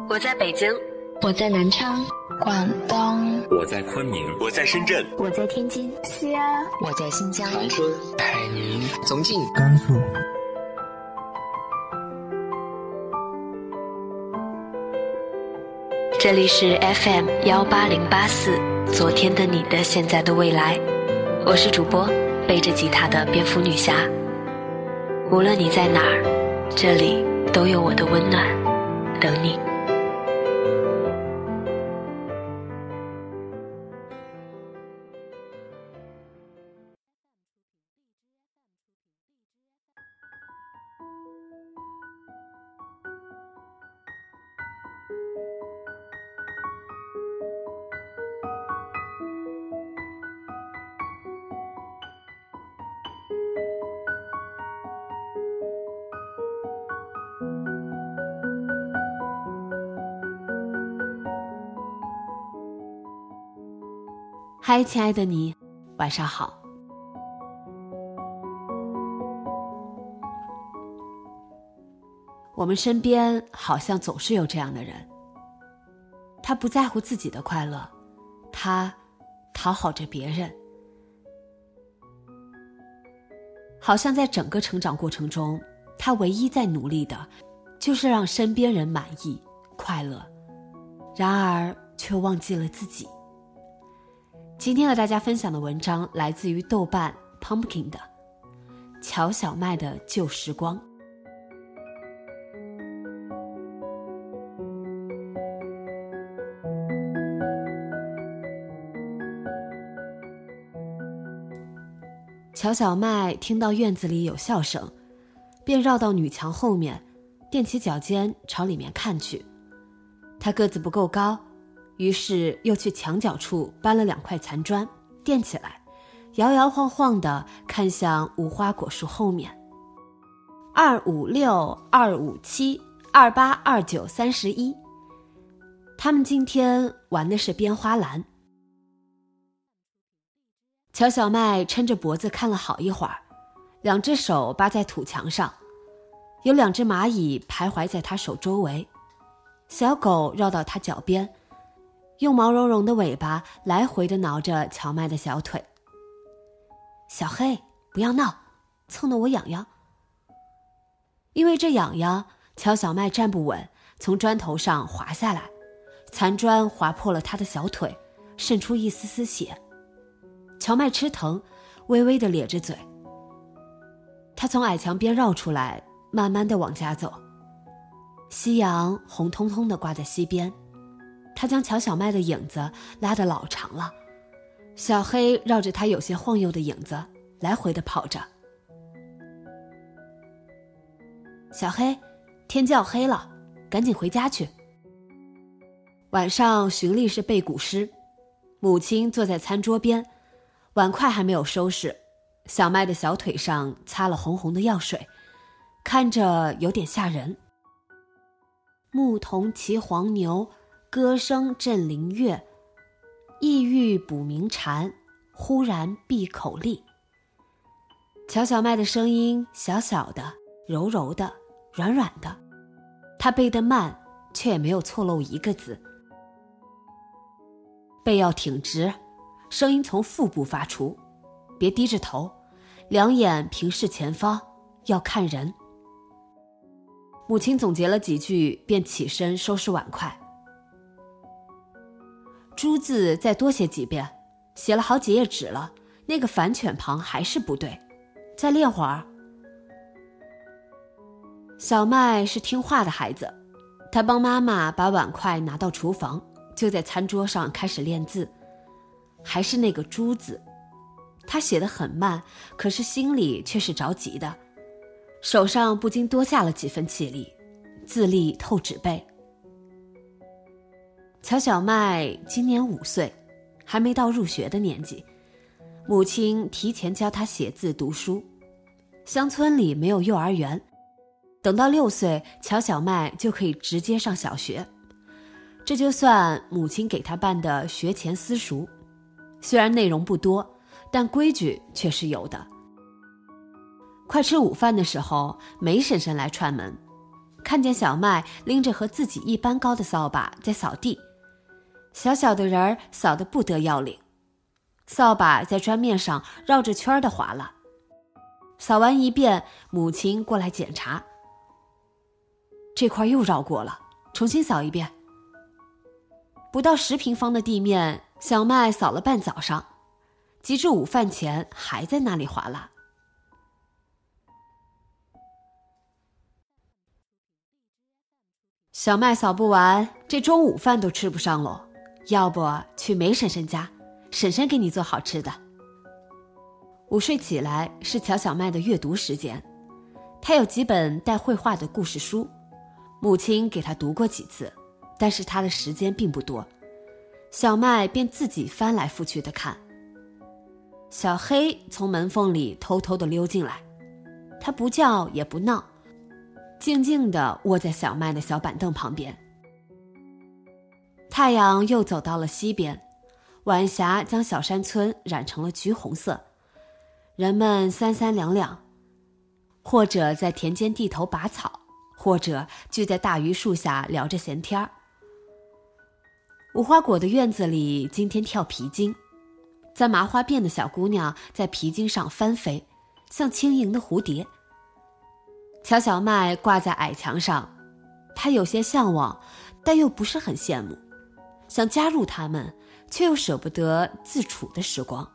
我在北京， 我在南昌， 广东， 我在昆明， 我在深圳， 我在天津， 西安， 我在新疆， 长春， 海宁， 重庆， 甘肃。 这里是 FM18084，昨天的你的现在的未来，我是主播背着吉他的蝙蝠女侠。无论你在哪儿，这里都有我的温暖等你。嗨，亲爱的你，晚上好。我们身边好像总是有这样的人，他不在乎自己的快乐，他讨好着别人，好像在整个成长过程中，他唯一在努力的就是让身边人满意快乐，然而却忘记了自己。今天和大家分享的文章来自于豆瓣 Pumpkin 的乔小麦的旧时光。乔小麦听到院子里有笑声，便绕到女墙后面，踮起脚尖朝里面看去。他个子不够高，于是又去墙角处搬了2块残砖垫起来，摇摇晃晃地看向无花果树后面。256、257、28、29、31，他们今天玩的是编花篮。乔小麦抻着脖子看了好一会儿，2只手扒在土墙上，有2只蚂蚁徘徊在他手周围，小狗绕到他脚边，用毛茸茸的尾巴来回地挠着乔麦的小腿。小黑，不要闹，蹭得我痒痒。因为这痒痒，乔小麦站不稳，从砖头上滑下来，残砖划破了他的小腿，渗出一丝丝血。乔麦吃疼，微微地咧着嘴。他从矮墙边绕出来，慢慢地往家走。夕阳红彤彤地挂在西边，他将乔小麦的影子拉得老长了，小黑绕着他有些晃悠的影子来回地跑着。小黑，天就要黑了，赶紧回家去。晚上循例是背古诗，母亲坐在餐桌边，碗筷还没有收拾，小麦的小腿上擦了红红的药水，看着有点吓人。牧童骑黄牛，歌声振林樾，意欲捕鸣蝉，忽然闭口立。乔小麦的声音小小的，柔柔的，软软的，他背得慢，却也没有错漏一个字。背要挺直，声音从腹部发出，别低着头，2眼平视前方，要看人。母亲总结了几句，便起身收拾碗筷。猪字再多写几遍，写了好几页纸了，那个反犬旁还是不对，再练会儿。小麦是听话的孩子，他帮妈妈把碗筷拿到厨房，就在餐桌上开始练字，还是那个猪字。他写得很慢，可是心里却是着急的，手上不禁多下了几分气力，字力透纸背。乔小麦今年5岁，还没到入学的年纪，母亲提前教他写字读书。乡村里没有幼儿园，等到6岁，乔小麦就可以直接上小学。这就算母亲给他办的学前私塾，虽然内容不多，但规矩却是有的。快吃午饭的时候，梅婶婶来串门， 看见小麦拎着和自己一般高的扫把在扫地，小小的人儿扫得不得要领，扫把在砖面上绕着圈的划了。扫完一遍，母亲过来检查，这块又绕过了，重新扫一遍。不到10平方的地面，小麦扫了半早上，及至午饭前还在那里划拉。小麦扫不完，这中午饭都吃不上喽，要不去梅婶婶家，婶婶给你做好吃的。午睡起来是乔小麦的阅读时间，他有几本带绘画的故事书，母亲给他读过几次，但是他的时间并不多，小麦便自己翻来覆去的看。小黑从门缝里偷偷地溜进来，他不叫也不闹，静静地窝在小麦的小板凳旁边。太阳又走到了西边，晚霞将小山村染成了橘红色，人们三三两两，或者在田间地头拔草，或者聚在大榆树下聊着闲天儿。无花果的院子里今天跳皮筋，在麻花辫的小姑娘在皮筋上翻飞，像轻盈的蝴蝶。乔小麦挂在矮墙上，他有些向往，但又不是很羡慕，想加入他们，却又舍不得自处的时光。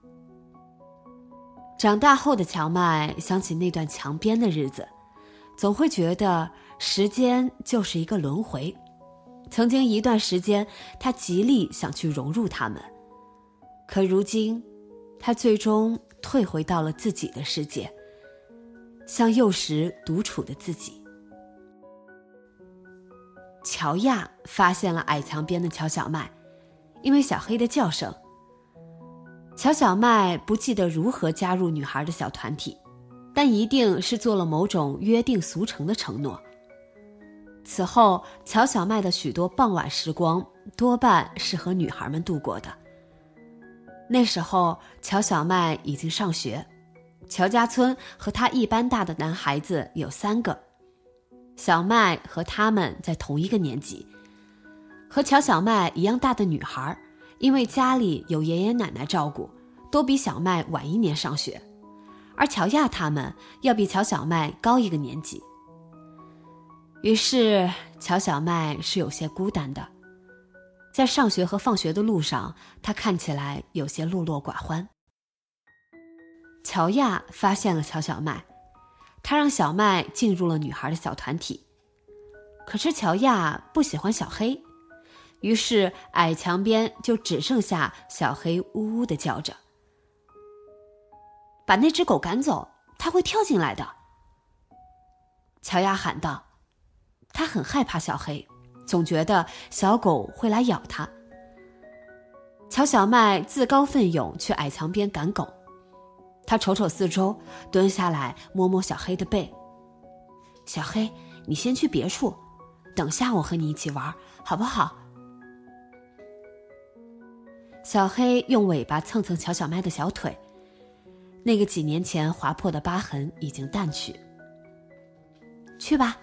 长大后的乔麦想起那段墙边的日子，总会觉得时间就是一个轮回。曾经一段时间，他极力想去融入他们，可如今他最终退回到了自己的世界，像幼时独处的自己。乔亚发现了矮墙边的乔小麦，因为小黑的叫声。乔小麦不记得如何加入女孩的小团体，但一定是做了某种约定俗成的承诺。此后，乔小麦的许多傍晚时光多半是和女孩们度过的。那时候，乔小麦已经上学，乔家村和他一般大的男孩子有3个，小麦和他们在同一个年级。和乔小麦一样大的女孩，因为家里有爷爷奶奶照顾，都比小麦晚1年上学，而乔亚他们要比乔小麦高1个年级。于是乔小麦是有些孤单的，在上学和放学的路上，他看起来有些落落寡欢。乔亚发现了乔小麦，他让小麦进入了女孩的小团体。可是乔亚不喜欢小黑，于是矮墙边就只剩下小黑呜呜地叫着。把那只狗赶走，它会跳进来的。乔亚喊道。他很害怕小黑，总觉得小狗会来咬他。乔小麦自告奋勇去矮墙边赶狗，他瞅瞅四周，蹲下来摸摸小黑的背。小黑，你先去别处，等下我和你一起玩，好不好？小黑用尾巴蹭蹭乔小麦的小腿，那个几年前划破的疤痕已经淡去。去吧。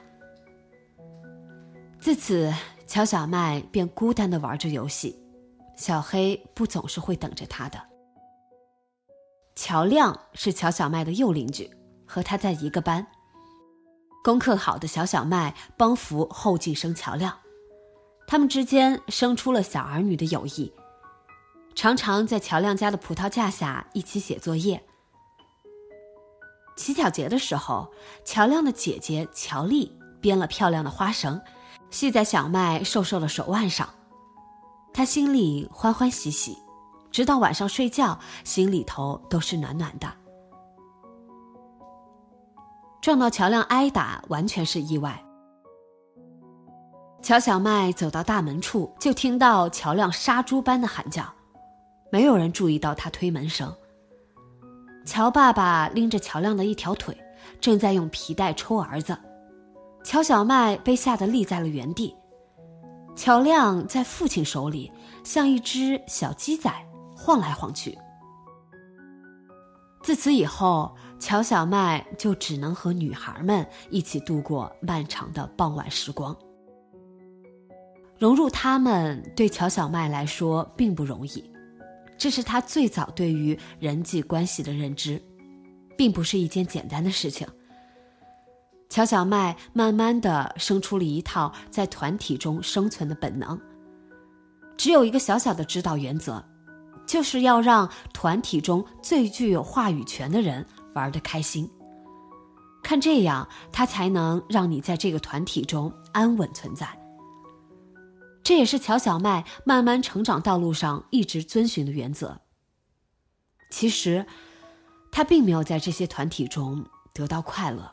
自此，乔小麦便孤单地玩着游戏，小黑不总是会等着他的。乔亮是乔小麦的右邻居，和他在一个班。功课好的小小麦帮扶后进生乔亮，他们之间生出了小儿女的友谊，常常在乔亮家的葡萄架下一起写作业。乞巧节的时候，乔亮的姐姐乔丽编了漂亮的花绳，系在小麦瘦瘦的手腕上，他心里欢欢喜喜，直到晚上睡觉，心里头都是暖暖的。撞到乔亮挨打完全是意外。乔小麦走到大门处，就听到乔亮杀猪般的喊叫，没有人注意到他推门声。乔爸爸拎着乔亮的一条腿，正在用皮带抽儿子。乔小麦被吓得立在了原地，乔亮在父亲手里像一只小鸡仔晃来晃去。自此以后， 乔小麦就只能和女孩们一起度过漫长的傍晚时光。融入他们对乔小麦来说并不容易，这是他最早对于人际关系的认知，并不是一件简单的事情。乔小麦慢慢地生出了一套在团体中生存的本能，只有一个小小的指导原则，就是要让团体中最具有话语权的人玩得开心。看这样，他才能让你在这个团体中安稳存在。这也是乔小麦慢慢成长道路上一直遵循的原则。其实，他并没有在这些团体中得到快乐。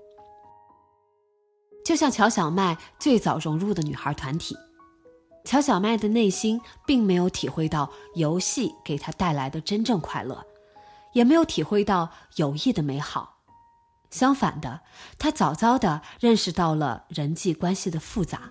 就像乔小麦最早融入的女孩团体，乔小麦的内心并没有体会到游戏给他带来的真正快乐，也没有体会到友谊的美好。相反的，他早早地认识到了人际关系的复杂。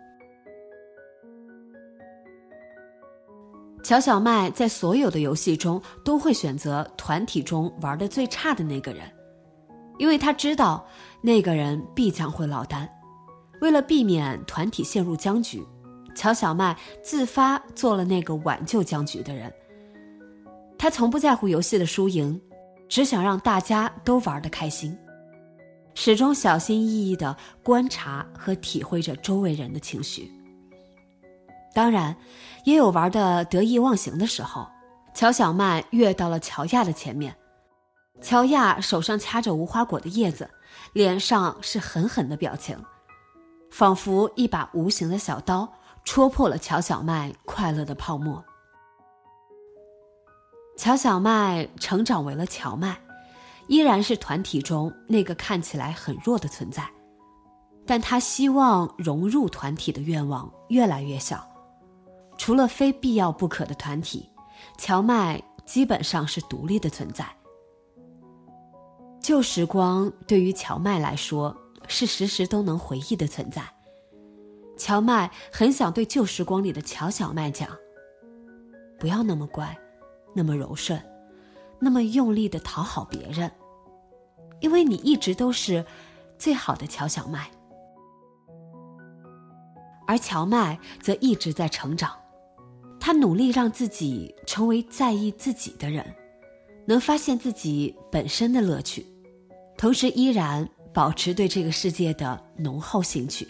乔小麦在所有的游戏中都会选择团体中玩得最差的那个人，因为他知道那个人必将会落单。为了避免团体陷入僵局，乔小麦自发做了那个挽救僵局的人。他从不在乎游戏的输赢，只想让大家都玩得开心，始终小心翼翼地观察和体会着周围人的情绪。当然，也有玩得得意忘形的时候。乔小麦跃到了乔亚的前面，乔亚手上掐着无花果的叶子，脸上是狠狠的表情，仿佛一把无形的小刀戳破了乔小麦快乐的泡沫。乔小麦成长为了乔麦，依然是团体中那个看起来很弱的存在，但他希望融入团体的愿望越来越小。除了非必要不可的团体，乔麦基本上是独立的存在。旧时光对于乔麦来说是时时都能回忆的存在。乔麦很想对旧时光里的乔小麦讲，不要那么乖，那么柔顺，那么用力地讨好别人，因为你一直都是最好的乔小麦。而乔麦则一直在成长，他努力让自己成为在意自己的人，能发现自己本身的乐趣，同时依然保持对这个世界的浓厚兴趣。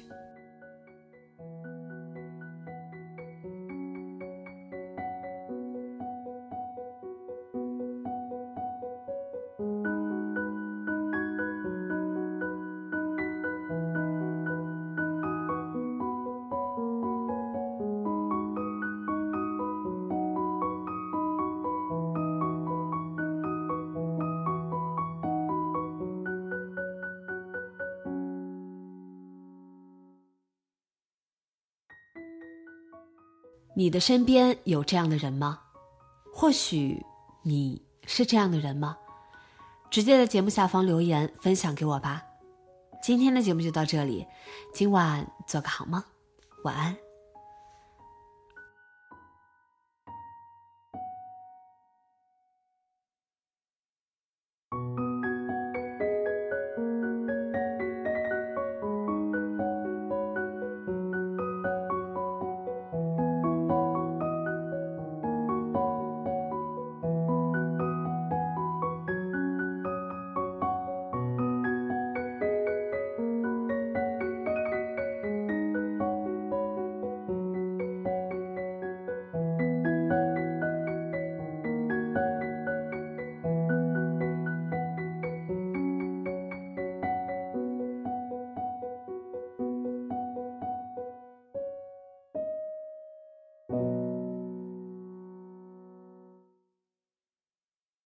你的身边有这样的人吗？或许你是这样的人吗？直接在节目下方留言分享给我吧。今天的节目就到这里，今晚做个好梦，晚安。